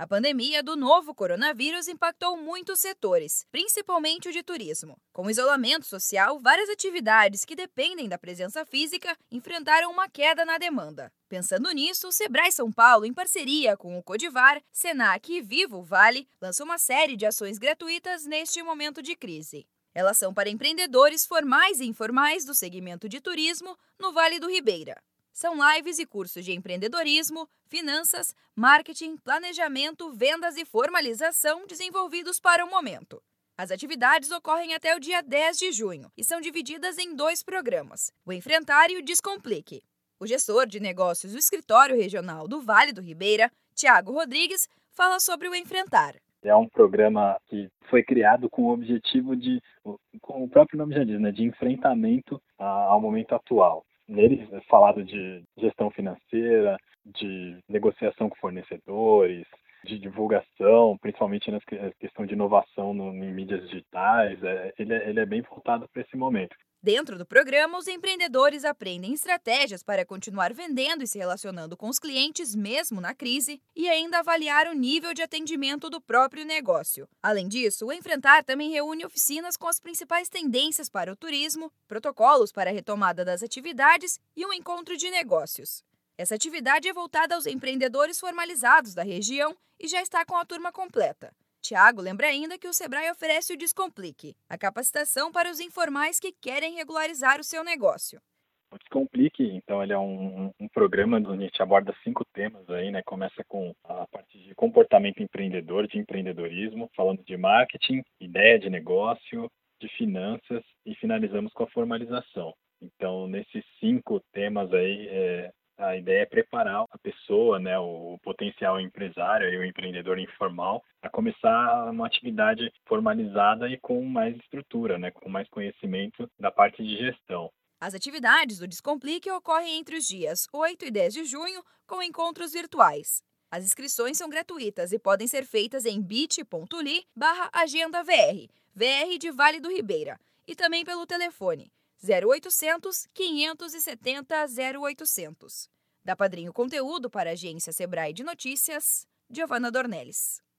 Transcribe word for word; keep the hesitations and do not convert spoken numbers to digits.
A pandemia do novo coronavírus impactou muitos setores, principalmente o de turismo. Com o isolamento social, várias atividades que dependem da presença física enfrentaram uma queda na demanda. Pensando nisso, o Sebrae São Paulo, em parceria com o Codivar, Senac e Vivo Vale, lançou uma série de ações gratuitas neste momento de crise. Elas são para empreendedores formais e informais do segmento de turismo no Vale do Ribeira. São lives e cursos de empreendedorismo, finanças, marketing, planejamento, vendas e formalização desenvolvidos para o momento. As atividades ocorrem até o dia dez de junho e são divididas em dois programas, o Enfrentar e o Descomplique. O gestor de negócios do Escritório Regional do Vale do Ribeira, Tiago Rodrigues, fala sobre o Enfrentar. É um programa que foi criado com o objetivo de, como o próprio nome já diz, né, de enfrentamento ao momento atual. Nele é falado de gestão financeira, de negociação com fornecedores, de divulgação, principalmente na questão de inovação no, em mídias digitais. É, ele, é, ele é bem voltado para esse momento. Dentro do programa, os empreendedores aprendem estratégias para continuar vendendo e se relacionando com os clientes mesmo na crise e ainda avaliar o nível de atendimento do próprio negócio. Além disso, o Enfrentar também reúne oficinas com as principais tendências para o turismo, protocolos para a retomada das atividades e um encontro de negócios. Essa atividade é voltada aos empreendedores formalizados da região e já está com a turma completa. Tiago lembra ainda que o Sebrae oferece o Descomplique, a capacitação para os informais que querem regularizar o seu negócio. O Descomplique, então, ele é um, um programa onde a gente aborda cinco temas aí, né? Começa com a parte de comportamento empreendedor, de empreendedorismo, falando de marketing, ideia de negócio, de finanças e finalizamos com a formalização. Então, nesses cinco temas aí, é, a ideia é preparar a pessoa, né, o potencial empresário e o empreendedor informal a começar uma atividade formalizada e com mais estrutura, né, com mais conhecimento da parte de gestão. As atividades do Descomplique ocorrem entre os dias oito e dez de junho, com encontros virtuais. As inscrições são gratuitas e podem ser feitas em bit.ly barra agenda VR, V R de Vale do Ribeira, e também pelo telefone zero oitocentos, quinhentos e setenta, zero oitocentos. Da Padrinho Conteúdo para a agência Sebrae de Notícias, Giovana Dornelles.